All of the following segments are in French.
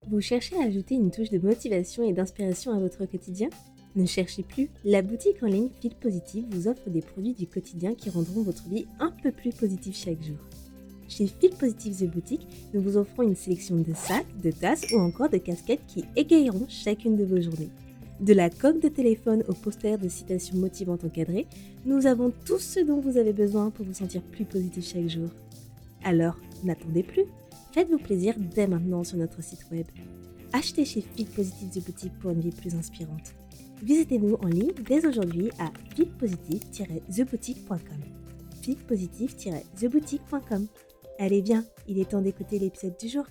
Vous cherchez à ajouter une touche de motivation et d'inspiration à votre quotidien? Ne cherchez plus, la boutique en ligne Feel Positive vous offre des produits du quotidien qui rendront votre vie un peu plus positive chaque jour. Chez Feel Positive The Boutique, nous vous offrons une sélection de sacs, de tasses ou encore de casquettes qui égayeront chacune de vos journées. De la coque de téléphone au poster de citations motivantes encadrées, nous avons tout ce dont vous avez besoin pour vous sentir plus positif chaque jour. Alors, n'attendez plus, faites-vous plaisir dès maintenant sur notre site web. Achetez chez Feel Positive The Boutique pour une vie plus inspirante. Visitez-nous en ligne dès aujourd'hui à feelpositive-theboutique.com. feelpositive-theboutique.com. Allez bien, il est temps d'écouter l'épisode du jour.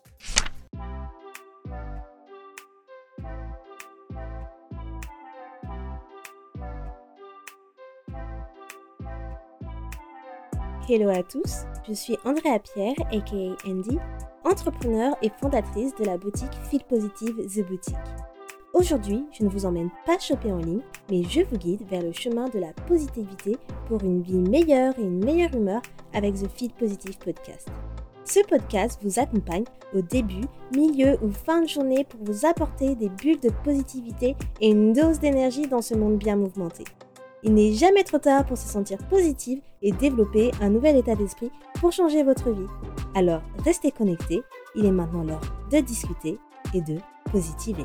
Hello à tous, je suis Andrea Pierre aka Andy, entrepreneur et fondatrice de la boutique Feel Positive The Boutique. Aujourd'hui, je ne vous emmène pas shopper en ligne, mais je vous guide vers le chemin de la positivité pour une vie meilleure et une meilleure humeur avec The Feel Positive Podcast. Ce podcast vous accompagne au début, milieu ou fin de journée pour vous apporter des bulles de positivité et une dose d'énergie dans ce monde bien mouvementé. Il n'est jamais trop tard pour se sentir positive et développer un nouvel état d'esprit pour changer votre vie. Alors, restez connectés, il est maintenant l'heure de discuter et de positiver.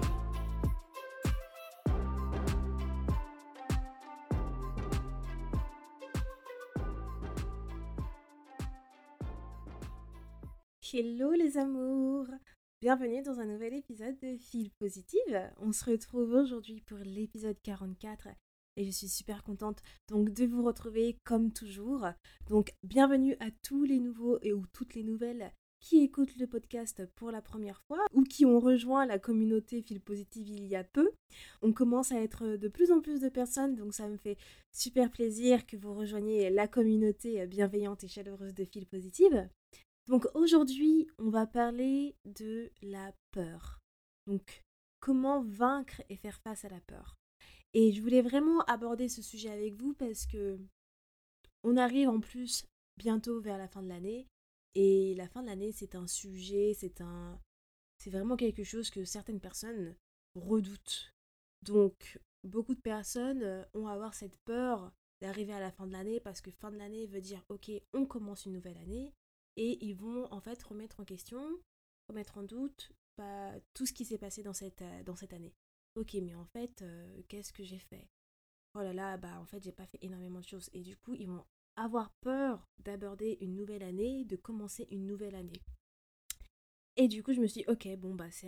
Hello les amours! Bienvenue dans un nouvel épisode de Feel Positive. On se retrouve aujourd'hui pour l'épisode 44 et je suis super contente donc de vous retrouver comme toujours. Donc bienvenue à tous les nouveaux et ou toutes les nouvelles qui écoutent le podcast pour la première fois ou qui ont rejoint la communauté Feel Positive il y a peu. On commence à être de plus en plus de personnes, donc ça me fait super plaisir que vous rejoigniez la communauté bienveillante et chaleureuse de Feel Positive. Donc aujourd'hui, on va parler de la peur. Donc comment vaincre et faire face à la peur. Et je voulais vraiment aborder ce sujet avec vous parce que on arrive en plus bientôt vers la fin de l'année. Et la fin de l'année, c'est un sujet, c'est vraiment quelque chose que certaines personnes redoutent. Donc beaucoup de personnes ont à avoir cette peur d'arriver à la fin de l'année parce que fin de l'année veut dire ok, on commence une nouvelle année. Et ils vont en fait remettre en question, remettre en doute tout ce qui s'est passé dans cette année. Ok, mais en fait, qu'est-ce que j'ai fait? Oh là là, en fait, j'ai pas fait énormément de choses. Et du coup, ils vont avoir peur d'aborder une nouvelle année, de commencer une nouvelle année. Et du coup, je me suis dit, ok, c'est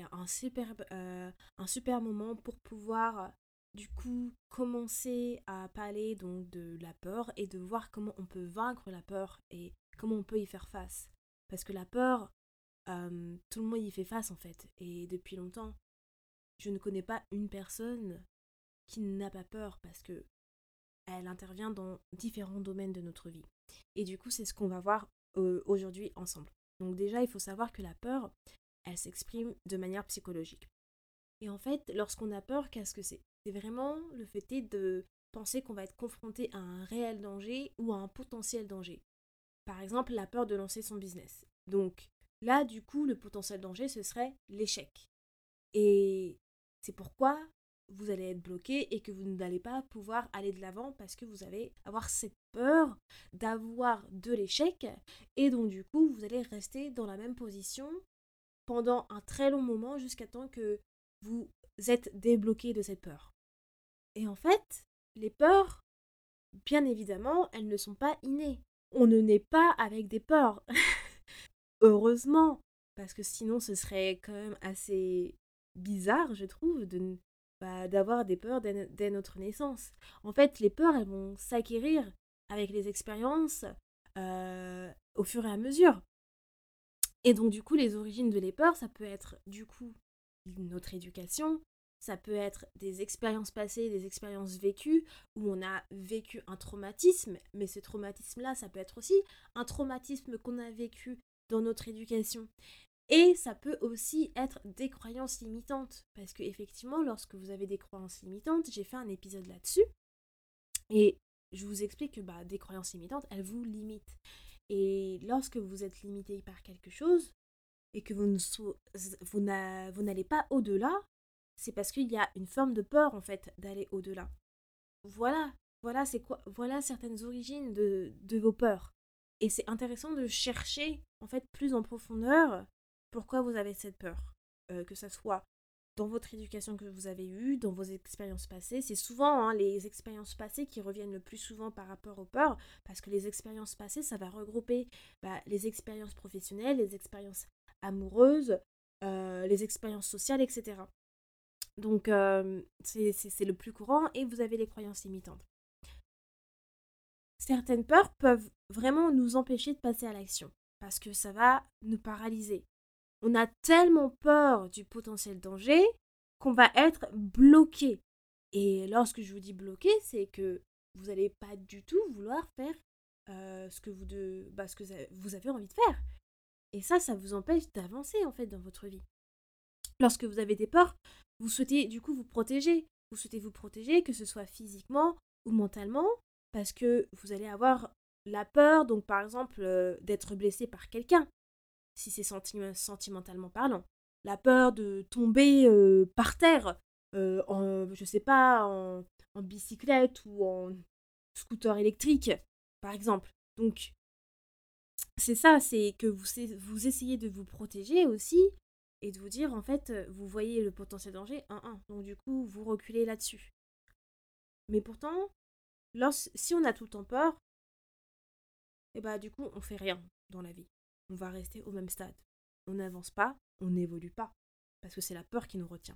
un super moment pour pouvoir, du coup, commencer à parler donc de la peur et de voir comment on peut vaincre la peur et comment on peut y faire face. Parce que la peur, tout le monde y fait face en fait. Et depuis longtemps, je ne connais pas une personne qui n'a pas peur parce que elle intervient dans différents domaines de notre vie. Et du coup, c'est ce qu'on va voir aujourd'hui ensemble. Donc déjà, il faut savoir que la peur, elle s'exprime de manière psychologique. Et en fait, lorsqu'on a peur, qu'est-ce que c'est? C'est vraiment le fait de penser qu'on va être confronté à un réel danger ou à un potentiel danger. Par exemple, la peur de lancer son business. Donc là, du coup, le potentiel danger, ce serait l'échec. Et c'est pourquoi vous allez être bloqué et que vous n'allez pas pouvoir aller de l'avant parce que vous allez avoir cette peur d'avoir de l'échec et donc du coup vous allez rester dans la même position pendant un très long moment jusqu'à temps que vous êtes débloqué de cette peur. Et en fait, les peurs, bien évidemment, elles ne sont pas innées. On ne naît pas avec des peurs. Heureusement, parce que sinon ce serait quand même assez bizarre, je trouve, d'avoir des peurs dès notre naissance. En fait, les peurs, elles vont s'acquérir avec les expériences au fur et à mesure. Et donc, du coup, les origines de les peurs, ça peut être, du coup, notre éducation, ça peut être des expériences passées, des expériences vécues, où on a vécu un traumatisme, mais ce traumatisme-là, ça peut être aussi un traumatisme qu'on a vécu dans notre éducation. Et ça peut aussi être des croyances limitantes, parce qu'effectivement, lorsque vous avez des croyances limitantes, j'ai fait un épisode là-dessus, et je vous explique que des croyances limitantes, elles vous limitent. Et lorsque vous êtes limité par quelque chose, et que vous n'allez pas au-delà, c'est parce qu'il y a une forme de peur en fait d'aller au-delà. Voilà, voilà certaines origines de vos peurs. Et c'est intéressant de chercher en fait plus en profondeur pourquoi vous avez cette peur. Que ça soit dans votre éducation que vous avez eue, dans vos expériences passées. C'est souvent les expériences passées qui reviennent le plus souvent par rapport aux peurs, parce que les expériences passées, ça va regrouper les expériences professionnelles, les expériences amoureuses, les expériences sociales, etc. Donc, c'est le plus courant et vous avez les croyances limitantes. Certaines peurs peuvent vraiment nous empêcher de passer à l'action parce que ça va nous paralyser. On a tellement peur du potentiel danger qu'on va être bloqué. Et lorsque je vous dis bloqué, c'est que vous n'allez pas du tout vouloir faire ce que vous avez envie de faire. Et ça vous empêche d'avancer en fait dans votre vie. Lorsque vous avez des peurs, vous souhaitez du coup vous protéger. Vous souhaitez vous protéger, que ce soit physiquement ou mentalement, parce que vous allez avoir la peur, donc par exemple, d'être blessé par quelqu'un, si c'est sentimentalement parlant. La peur de tomber par terre, je sais pas, en bicyclette ou en scooter électrique, par exemple. Donc, c'est ça, c'est que vous essayez de vous protéger aussi et de vous dire, en fait, vous voyez le potentiel danger, donc du coup, vous reculez là-dessus. Mais pourtant, si on a tout le temps peur, et bah du coup, on fait rien dans la vie. On va rester au même stade. On n'avance pas, on n'évolue pas, parce que c'est la peur qui nous retient.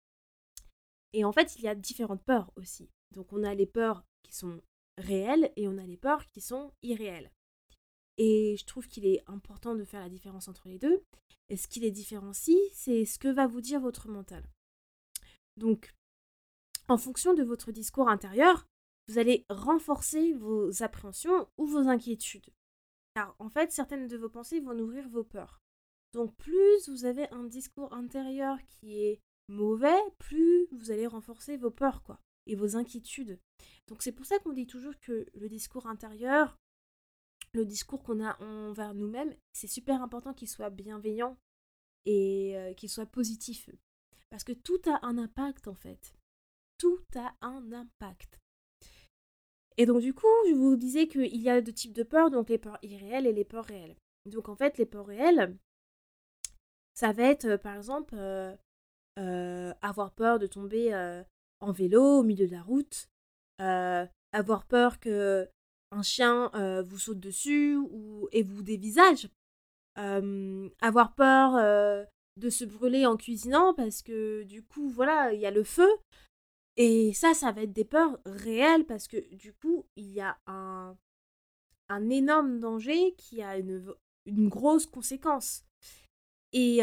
Et en fait, il y a différentes peurs aussi. Donc on a les peurs qui sont réelles et on a les peurs qui sont irréelles. Et je trouve qu'il est important de faire la différence entre les deux. Et ce qui les différencie, c'est ce que va vous dire votre mental. Donc, en fonction de votre discours intérieur, vous allez renforcer vos appréhensions ou vos inquiétudes. Car en fait, certaines de vos pensées vont nourrir vos peurs. Donc, plus vous avez un discours intérieur qui est mauvais, plus vous allez renforcer vos peurs, quoi, et vos inquiétudes. Donc, c'est pour ça qu'on dit toujours que le discours intérieur, le discours qu'on a envers nous-mêmes, c'est super important qu'il soit bienveillant et qu'il soit positif. Parce que tout a un impact en fait. Tout a un impact. Et donc du coup, je vous disais qu'il y a deux types de peurs, donc les peurs irréelles et les peurs réelles. Donc en fait, les peurs réelles, ça va être par exemple avoir peur de tomber en vélo au milieu de la route, avoir peur que un chien vous saute dessus et vous dévisage, avoir peur de se brûler en cuisinant parce que du coup, voilà, il y a le feu. Et ça va être des peurs réelles parce que du coup, il y a un énorme danger qui a une grosse conséquence. Et,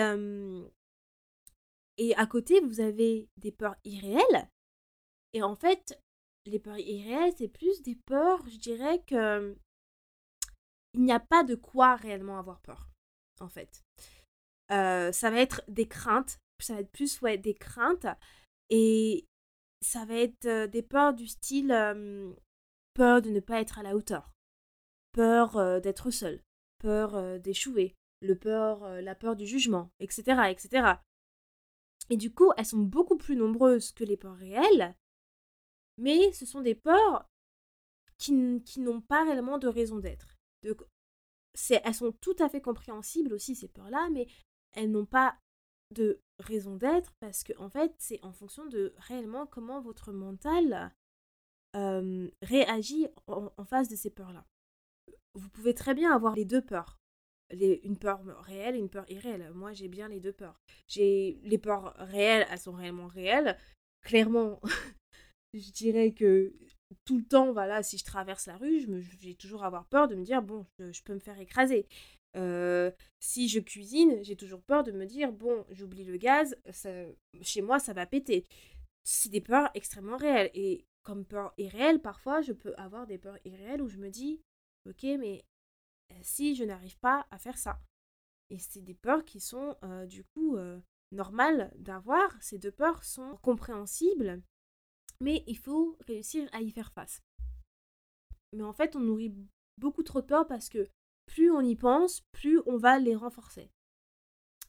et à côté, vous avez des peurs irréelles. Et en fait, les peurs irréelles, c'est plus des peurs, je dirais que il n'y a pas de quoi réellement avoir peur, en fait. Ça va être des craintes, ça va être plus des craintes, et ça va être des peurs du style peur de ne pas être à la hauteur, peur d'être seul, peur d'échouer, la peur du jugement, etc., etc. Et du coup, elles sont beaucoup plus nombreuses que les peurs réelles, mais ce sont des peurs qui n'ont pas réellement de raison d'être. Donc, elles sont tout à fait compréhensibles aussi, ces peurs-là, mais elles n'ont pas de raison d'être parce que en fait, c'est en fonction de réellement comment votre mental réagit en face de ces peurs-là. Vous pouvez très bien avoir les deux peurs. Une peur réelle et une peur irréelle. Moi, j'ai bien les deux peurs. J'ai les peurs réelles, elles sont réellement réelles. Clairement, je dirais que tout le temps, voilà, si je traverse la rue, je vais toujours avoir peur de me dire, bon, je peux me faire écraser. Si je cuisine, j'ai toujours peur de me dire, bon, j'oublie le gaz, chez moi, ça va péter. C'est des peurs extrêmement réelles. Et comme peur irréelle, parfois, je peux avoir des peurs irréelles où je me dis, ok, mais si je n'arrive pas à faire ça. Et c'est des peurs qui sont du coup normales d'avoir. Ces deux peurs sont compréhensibles, mais il faut réussir à y faire face. Mais en fait, on nourrit beaucoup trop de peur parce que plus on y pense, plus on va les renforcer.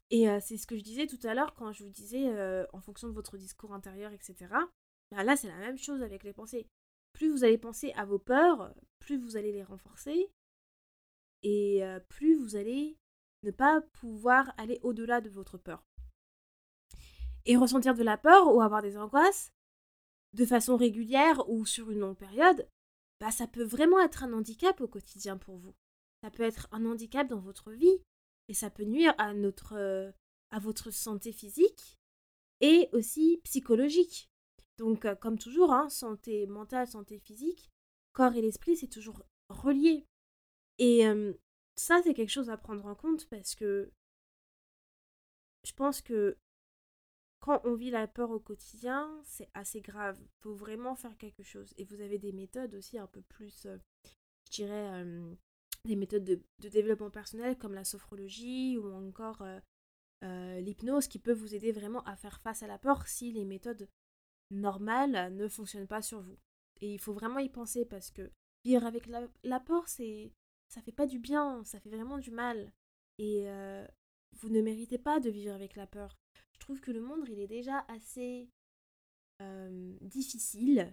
Et c'est ce que je disais tout à l'heure quand je vous disais, en fonction de votre discours intérieur, etc. Bah là, c'est la même chose avec les pensées. Plus vous allez penser à vos peurs, plus vous allez les renforcer et plus vous allez ne pas pouvoir aller au-delà de votre peur. Et ressentir de la peur ou avoir des angoisses de façon régulière ou sur une longue période, bah ça peut vraiment être un handicap au quotidien pour vous. Ça peut être un handicap dans votre vie et ça peut nuire à votre santé physique et aussi psychologique. Donc, comme toujours, hein, santé mentale, santé physique, corps et l'esprit, c'est toujours relié. Et ça, c'est quelque chose à prendre en compte parce que je pense que quand on vit la peur au quotidien, c'est assez grave. Il faut vraiment faire quelque chose. Et vous avez des méthodes aussi un peu plus, je dirais, des méthodes de développement personnel comme la sophrologie ou encore l'hypnose qui peut vous aider vraiment à faire face à la peur si les méthodes normales ne fonctionnent pas sur vous. Et il faut vraiment y penser parce que vivre avec la peur, ça fait pas du bien, ça fait vraiment du mal. Et vous ne méritez pas de vivre avec la peur. Je trouve que le monde, il est déjà assez difficile.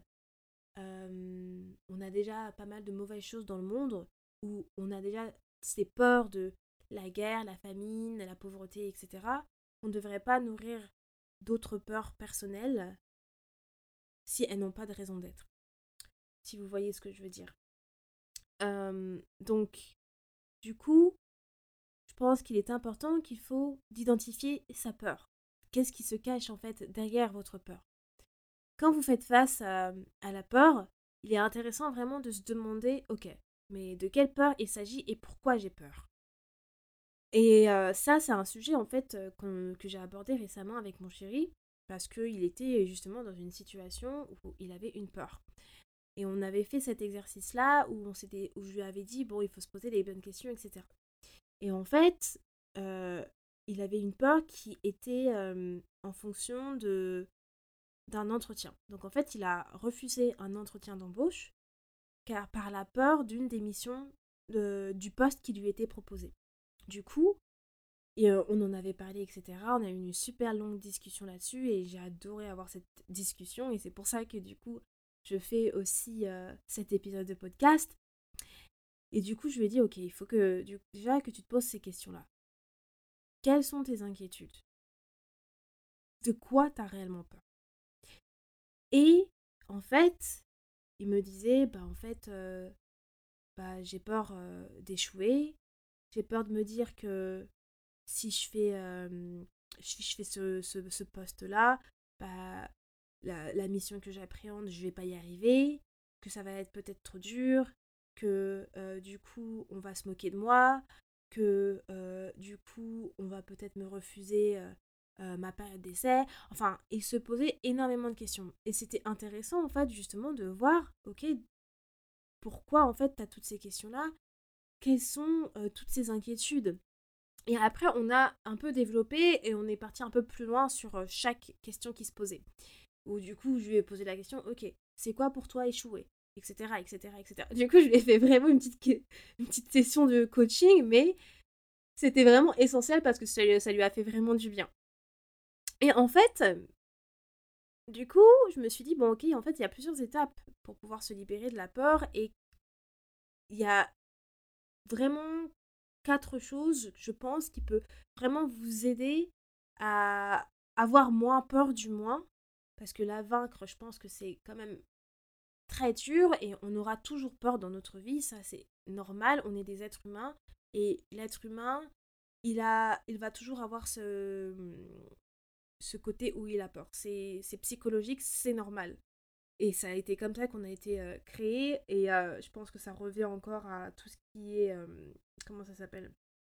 On a déjà pas mal de mauvaises choses dans le monde où on a déjà ces peurs de la guerre, la famine, la pauvreté, etc. On ne devrait pas nourrir d'autres peurs personnelles si elles n'ont pas de raison d'être. Si vous voyez ce que je veux dire. Donc, du coup, je pense qu'il est important qu'il faut d'identifier sa peur. Qu'est-ce qui se cache en fait derrière votre peur? Quand vous faites face à la peur, il est intéressant vraiment de se demander, ok, mais de quelle peur il s'agit et pourquoi j'ai peur? Et ça, c'est un sujet en fait que j'ai abordé récemment avec mon chéri, parce qu'il était justement dans une situation où il avait une peur. Et on avait fait cet exercice-là où je lui avais dit, bon, il faut se poser les bonnes questions, etc. Et en fait, euh, il avait une peur qui était en fonction d'un entretien. Donc en fait, il a refusé un entretien d'embauche car par la peur d'une démission du poste qui lui était proposé. Du coup, on en avait parlé, etc. On a eu une super longue discussion là-dessus et j'ai adoré avoir cette discussion et c'est pour ça que du coup, je fais aussi cet épisode de podcast. Et du coup, je lui ai dit, ok, il faut déjà que tu te poses ces questions-là. Quelles sont tes inquiétudes? De quoi tu as réellement peur? Et en fait, il me disait, bah en fait, bah, j'ai peur d'échouer. J'ai peur de me dire que si je fais ce poste-là, bah, la mission que j'appréhende, je vais pas y arriver, que ça va être peut-être trop dur, que du coup, on va se moquer de moi, que du coup, on va peut-être me refuser ma période d'essai. Enfin, il se posait énormément de questions. Et c'était intéressant, en fait, justement, de voir, ok, pourquoi, en fait, tu as toutes ces questions-là? Quelles sont toutes ces inquiétudes? Et après, on a un peu développé et on est parti un peu plus loin sur chaque question qui se posait. Où du coup, je lui ai posé la question, ok, c'est quoi pour toi échouer? Etc., etc., etc. Du coup, je lui ai fait vraiment une petite session de coaching, mais c'était vraiment essentiel parce que ça lui a fait vraiment du bien. Et en fait, du coup, je me suis dit, bon, ok, en fait, il y a plusieurs étapes pour pouvoir se libérer de la peur et il y a vraiment 4 choses, je pense, qui peut vraiment vous aider à avoir moins peur du moins. Parce que la vaincre, je pense que c'est quand même très dur et on aura toujours peur dans notre vie, ça c'est normal, on est des êtres humains et l'être humain, il va toujours avoir ce côté où il a peur. C'est psychologique, c'est normal. Et ça a été comme ça qu'on a été créé et je pense que ça revient encore à tout ce qui est... comment ça s'appelle?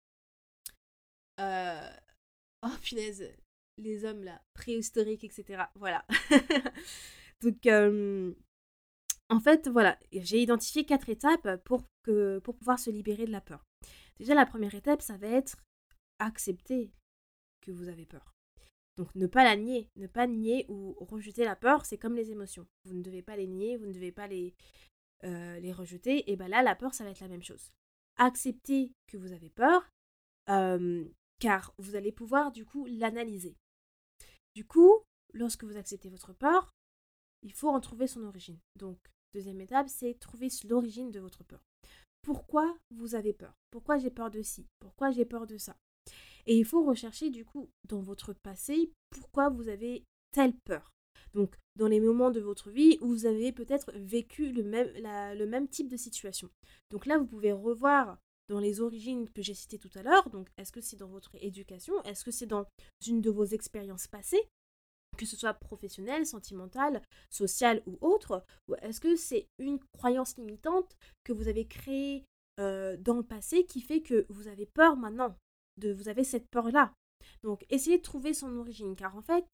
Euh, Oh punaise, les hommes là, préhistoriques, etc. Voilà. Donc, en fait, voilà, j'ai identifié 4 étapes pour pouvoir se libérer de la peur. Déjà, la première étape, ça va être accepter que vous avez peur. Donc, ne pas la nier, ne pas nier ou rejeter la peur, c'est comme les émotions. Vous ne devez pas les nier, vous ne devez pas les rejeter. Et bien là, la peur, ça va être la même chose. Accepter que vous avez peur, car vous allez pouvoir du coup l'analyser. Du coup, lorsque vous acceptez votre peur, il faut en trouver son origine. Donc, deuxième étape, c'est trouver l'origine de votre peur. Pourquoi vous avez peur? Pourquoi j'ai peur de ci? Pourquoi j'ai peur de ça? Et il faut rechercher du coup dans votre passé pourquoi vous avez telle peur. Donc, dans les moments de votre vie où vous avez peut-être vécu le même type de situation. Donc là, vous pouvez revoir dans les origines que j'ai citées tout à l'heure. Donc, est-ce que c'est dans votre éducation? Est-ce que c'est dans une de vos expériences passées? Que ce soit professionnelle, sentimentale, sociale ou autre, ou est-ce que c'est une croyance limitante que vous avez créée dans le passé qui fait que vous avez peur maintenant, vous avez cette peur-là. Donc, essayez de trouver son origine, car en fait,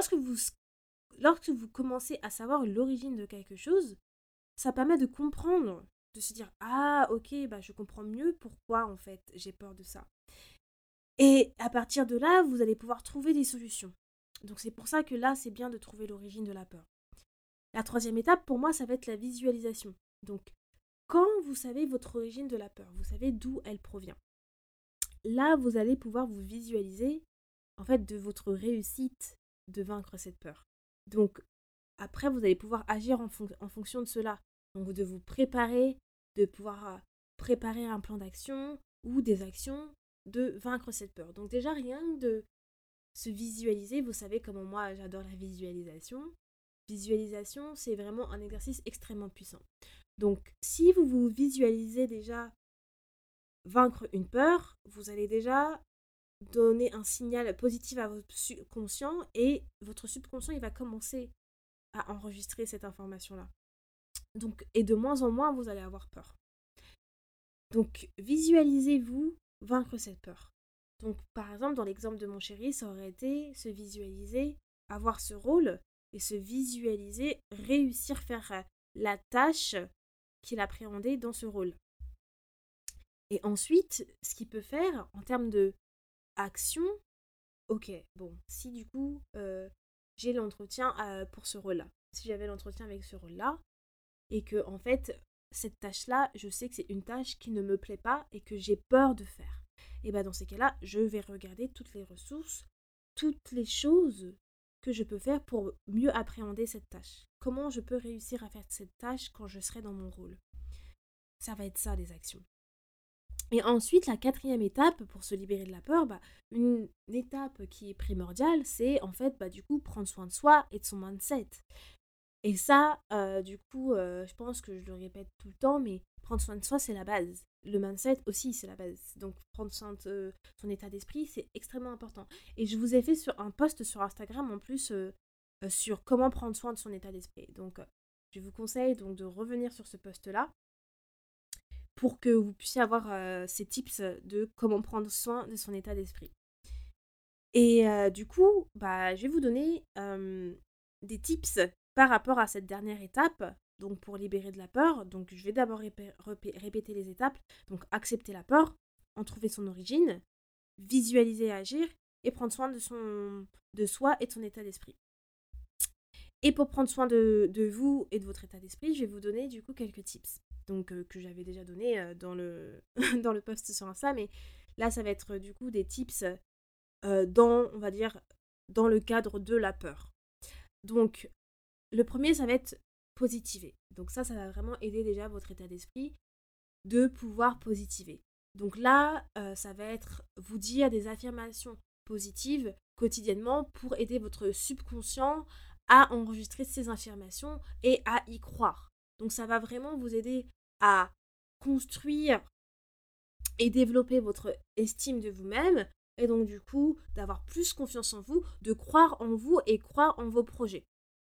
lorsque vous commencez à savoir l'origine de quelque chose, ça permet de comprendre, de se dire, ah ok, bah, je comprends mieux pourquoi en fait j'ai peur de ça. Et à partir de là, vous allez pouvoir trouver des solutions. Donc c'est pour ça que là, c'est bien de trouver l'origine de la peur. La troisième étape, pour moi, ça va être la visualisation. Donc, quand vous savez votre origine de la peur, vous savez d'où elle provient. Là, vous allez pouvoir vous visualiser, en fait, de votre réussite de vaincre cette peur. Donc, après, vous allez pouvoir agir en fonction de cela. Donc, de vous préparer, de pouvoir préparer un plan d'action ou des actions de vaincre cette peur. Donc, déjà, rien de se visualiser, vous savez comment moi j'adore la visualisation. Visualisation, c'est vraiment un exercice extrêmement puissant. Donc, si vous vous visualisez déjà vaincre une peur, vous allez déjà donner un signal positif à votre subconscient et votre subconscient, il va commencer à enregistrer cette information-là. Donc, et de moins en moins, vous allez avoir peur. Donc, visualisez-vous vaincre cette peur. Donc, par exemple, dans l'exemple de mon chéri, ça aurait été se visualiser, avoir ce rôle et se visualiser réussir à faire la tâche qu'il appréhendait dans ce rôle. Et ensuite, ce qu'il peut faire en termes de action, ok, bon, si du coup j'ai l'entretien pour ce rôle-là, si j'avais l'entretien avec ce rôle-là, et que en fait, cette tâche-là, je sais que c'est une tâche qui ne me plaît pas et que j'ai peur de faire. Et bien dans ces cas-là, je vais regarder toutes les ressources, toutes les choses que je peux faire pour mieux appréhender cette tâche. Comment je peux réussir à faire cette tâche quand je serai dans mon rôle. Ça va être ça, les actions. Et ensuite, la quatrième étape pour se libérer de la peur, une étape qui est primordiale, c'est en fait du coup prendre soin de soi et de son mindset. Et ça, je pense que je le répète tout le temps, mais prendre soin de soi, c'est la base. Le mindset aussi, c'est la base. Donc prendre soin de son état d'esprit, c'est extrêmement important. Et je vous ai fait sur un post sur Instagram en plus sur comment prendre soin de son état d'esprit. Donc je vous conseille donc de revenir sur ce post-là pour que vous puissiez avoir ces tips de comment prendre soin de son état d'esprit. Et du coup, je vais vous donner des tips par rapport à cette dernière étape, donc pour libérer de la peur. Donc je vais d'abord répéter les étapes. Donc accepter la peur, en trouver son origine, visualiser et agir, et prendre soin de soi et de son état d'esprit. Et pour prendre soin de vous et de votre état d'esprit, je vais vous donner du coup quelques tips. Donc que j'avais déjà donné dans le dans le post sur Insta, mais là ça va être du coup des tips on va dire, dans le cadre de la peur. Donc le premier, ça va être positiver. Donc ça va vraiment aider déjà votre état d'esprit de pouvoir positiver. Donc là, ça va être vous dire des affirmations positives quotidiennement pour aider votre subconscient à enregistrer ces affirmations et à y croire. Donc ça va vraiment vous aider à construire et développer votre estime de vous-même et donc du coup d'avoir plus confiance en vous, de croire en vous et croire en vos projets.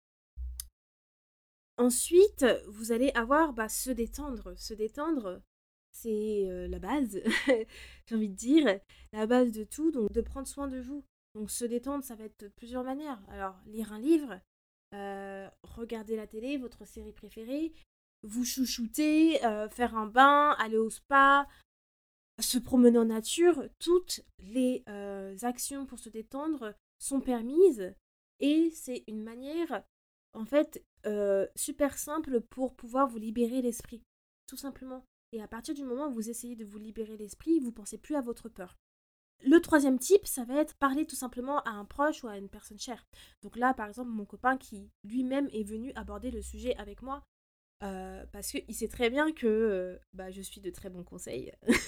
Ensuite, vous allez avoir se détendre. Se détendre, c'est la base, j'ai envie de dire, la base de tout, donc de prendre soin de vous. Donc se détendre, ça va être de plusieurs manières. Alors, lire un livre, regarder la télé, votre série préférée, vous chouchouter, faire un bain, aller au spa, se promener en nature. Toutes les actions pour se détendre sont permises et c'est une manière en fait super simple pour pouvoir vous libérer l'esprit, tout simplement. Et à partir du moment où vous essayez de vous libérer l'esprit, vous ne pensez plus à votre peur. Le troisième type, ça va être parler tout simplement à un proche ou à une personne chère. Donc là, par exemple, mon copain qui lui-même est venu aborder le sujet avec moi parce qu'il sait très bien que je suis de très bons conseils.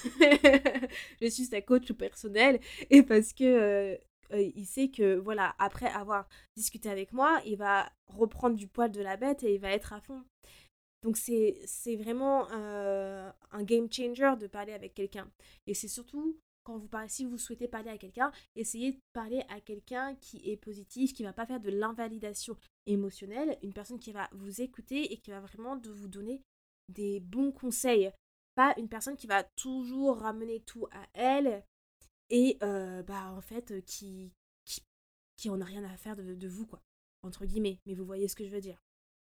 Je suis sa coach personnelle et parce que il sait que voilà, après avoir discuté avec moi, il va reprendre du poil de la bête et il va être à fond. Donc c'est vraiment un game changer de parler avec quelqu'un. Et c'est surtout quand vous parlez, si vous souhaitez parler à quelqu'un, essayez de parler à quelqu'un qui est positif, qui ne va pas faire de l'invalidation émotionnelle, une personne qui va vous écouter et qui va vraiment de vous donner des bons conseils. Pas une personne qui va toujours ramener tout à elle et en fait qui, qui en a rien à faire de vous, quoi, entre guillemets. Mais vous voyez ce que je veux dire.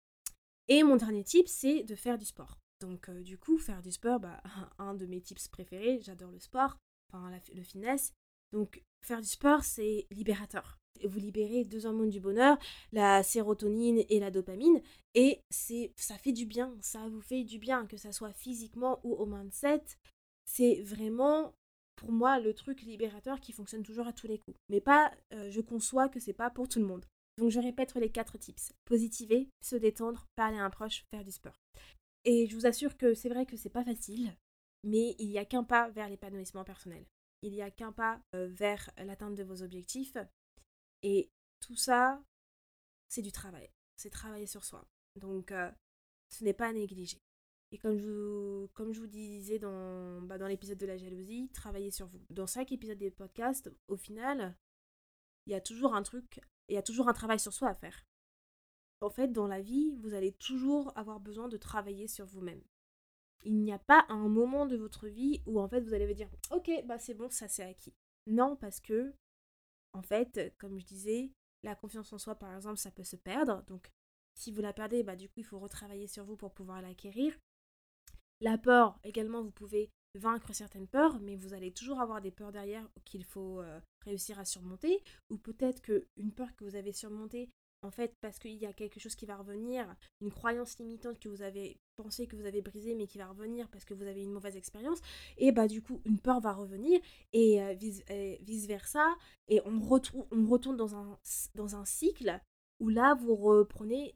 Et mon dernier tip, c'est de faire du sport. Donc du coup, faire du sport, un de mes tips préférés, j'adore le sport, enfin le fitness. Donc faire du sport, c'est libérateur. Vous libérez deux hormones du bonheur, la sérotonine et la dopamine, et ça fait du bien, ça vous fait du bien, que ça soit physiquement ou au mindset. C'est vraiment, pour moi, le truc libérateur qui fonctionne toujours à tous les coups. Mais pas, je conçois que c'est pas pour tout le monde. Donc je répète les 4 tips. Positiver, se détendre, parler à un proche, faire du sport. Et je vous assure que c'est vrai que c'est pas facile, mais il n'y a qu'un pas vers l'épanouissement personnel. Il n'y a qu'un pas vers l'atteinte de vos objectifs. Et tout ça, c'est du travail. C'est travailler sur soi. Donc ce n'est pas à négliger. Et comme je vous disais dans l'épisode de la jalousie, travaillez sur vous. Dans chaque épisode des podcasts, au final, il y a toujours un truc, il y a toujours un travail sur soi à faire. En fait, dans la vie, vous allez toujours avoir besoin de travailler sur vous-même. Il n'y a pas un moment de votre vie où en fait vous allez vous dire ok, c'est bon, ça c'est acquis. Non, parce que en fait, comme je disais, la confiance en soi par exemple, ça peut se perdre. Donc si vous la perdez, du coup il faut retravailler sur vous pour pouvoir l'acquérir. La peur également, vous pouvez vaincre certaines peurs, mais vous allez toujours avoir des peurs derrière qu'il faut réussir à surmonter. Ou peut-être qu'une peur que vous avez surmontée, en fait, parce qu'il y a quelque chose qui va revenir, une croyance limitante que vous avez pensé que vous avez brisée, mais qui va revenir parce que vous avez une mauvaise expérience, et du coup, une peur va revenir, et vice-versa, et on retourne dans un cycle où là, vous reprenez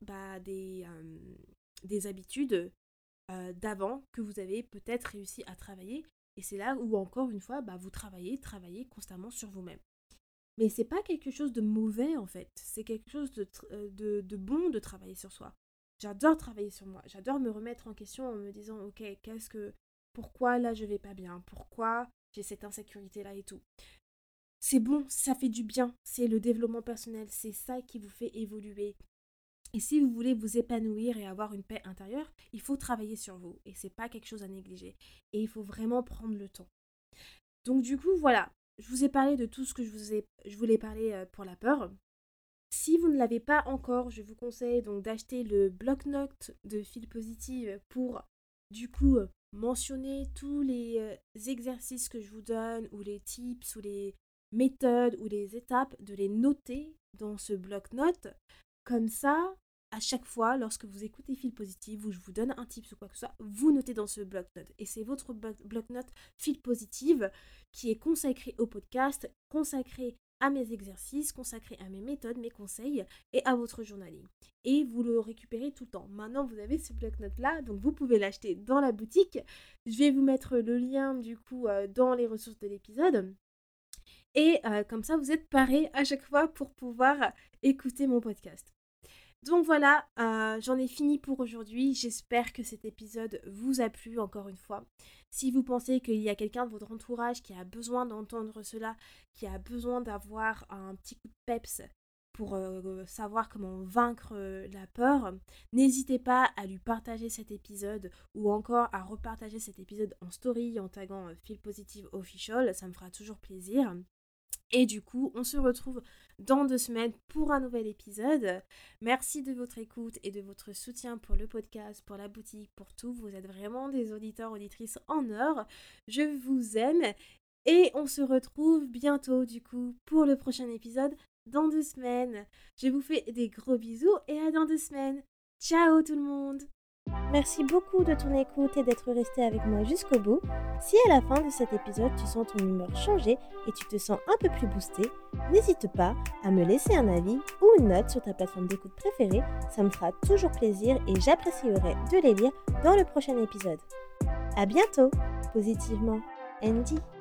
des habitudes d'avant que vous avez peut-être réussi à travailler. Et c'est là où, encore une fois, vous travaillez constamment sur vous-même. Mais c'est pas quelque chose de mauvais, en fait. C'est quelque chose de bon de travailler sur soi. J'adore travailler sur moi. J'adore me remettre en question en me disant, ok, pourquoi là je vais pas bien? Pourquoi j'ai cette insécurité-là et tout? C'est bon, ça fait du bien. C'est le développement personnel. C'est ça qui vous fait évoluer. Et si vous voulez vous épanouir et avoir une paix intérieure, il faut travailler sur vous. Et c'est pas quelque chose à négliger. Et il faut vraiment prendre le temps. Donc du coup, voilà. Je vous ai parlé de tout ce que je voulais parler pour la peur. Si vous ne l'avez pas encore, je vous conseille donc d'acheter le bloc-notes de Feel Positive pour du coup mentionner tous les exercices que je vous donne ou les tips ou les méthodes ou les étapes, de les noter dans ce bloc-notes. Comme ça, à chaque fois, lorsque vous écoutez Feel Positive ou je vous donne un tips ou quoi que ce soit, vous notez dans ce bloc-notes. Et c'est votre bloc-notes Feel Positive qui est consacré au podcast, consacré à mes exercices, consacré à mes méthodes, mes conseils et à votre journaling. Et vous le récupérez tout le temps. Maintenant, vous avez ce bloc-notes là, donc vous pouvez l'acheter dans la boutique. Je vais vous mettre le lien du coup dans les ressources de l'épisode. Et comme ça, vous êtes parés à chaque fois pour pouvoir écouter mon podcast. Donc voilà, j'en ai fini pour aujourd'hui. J'espère que cet épisode vous a plu encore une fois. Si vous pensez qu'il y a quelqu'un de votre entourage qui a besoin d'entendre cela, qui a besoin d'avoir un petit coup de peps pour savoir comment vaincre la peur, n'hésitez pas à lui partager cet épisode ou encore à repartager cet épisode en story en taguant Feel Positive Official, ça me fera toujours plaisir. Et du coup, on se retrouve dans 2 semaines pour un nouvel épisode. Merci de votre écoute et de votre soutien pour le podcast, pour la boutique, pour tout. Vous êtes vraiment des auditeurs, auditrices en or. Je vous aime et on se retrouve bientôt du coup pour le prochain épisode dans 2 semaines. Je vous fais des gros bisous et à dans 2 semaines. Ciao tout le monde! Merci beaucoup de ton écoute et d'être resté avec moi jusqu'au bout. Si à la fin de cet épisode tu sens ton humeur changer et tu te sens un peu plus boosté, n'hésite pas à me laisser un avis ou une note sur ta plateforme d'écoute préférée, ça me fera toujours plaisir et j'apprécierai de les lire dans le prochain épisode. À bientôt, positivement, Andy.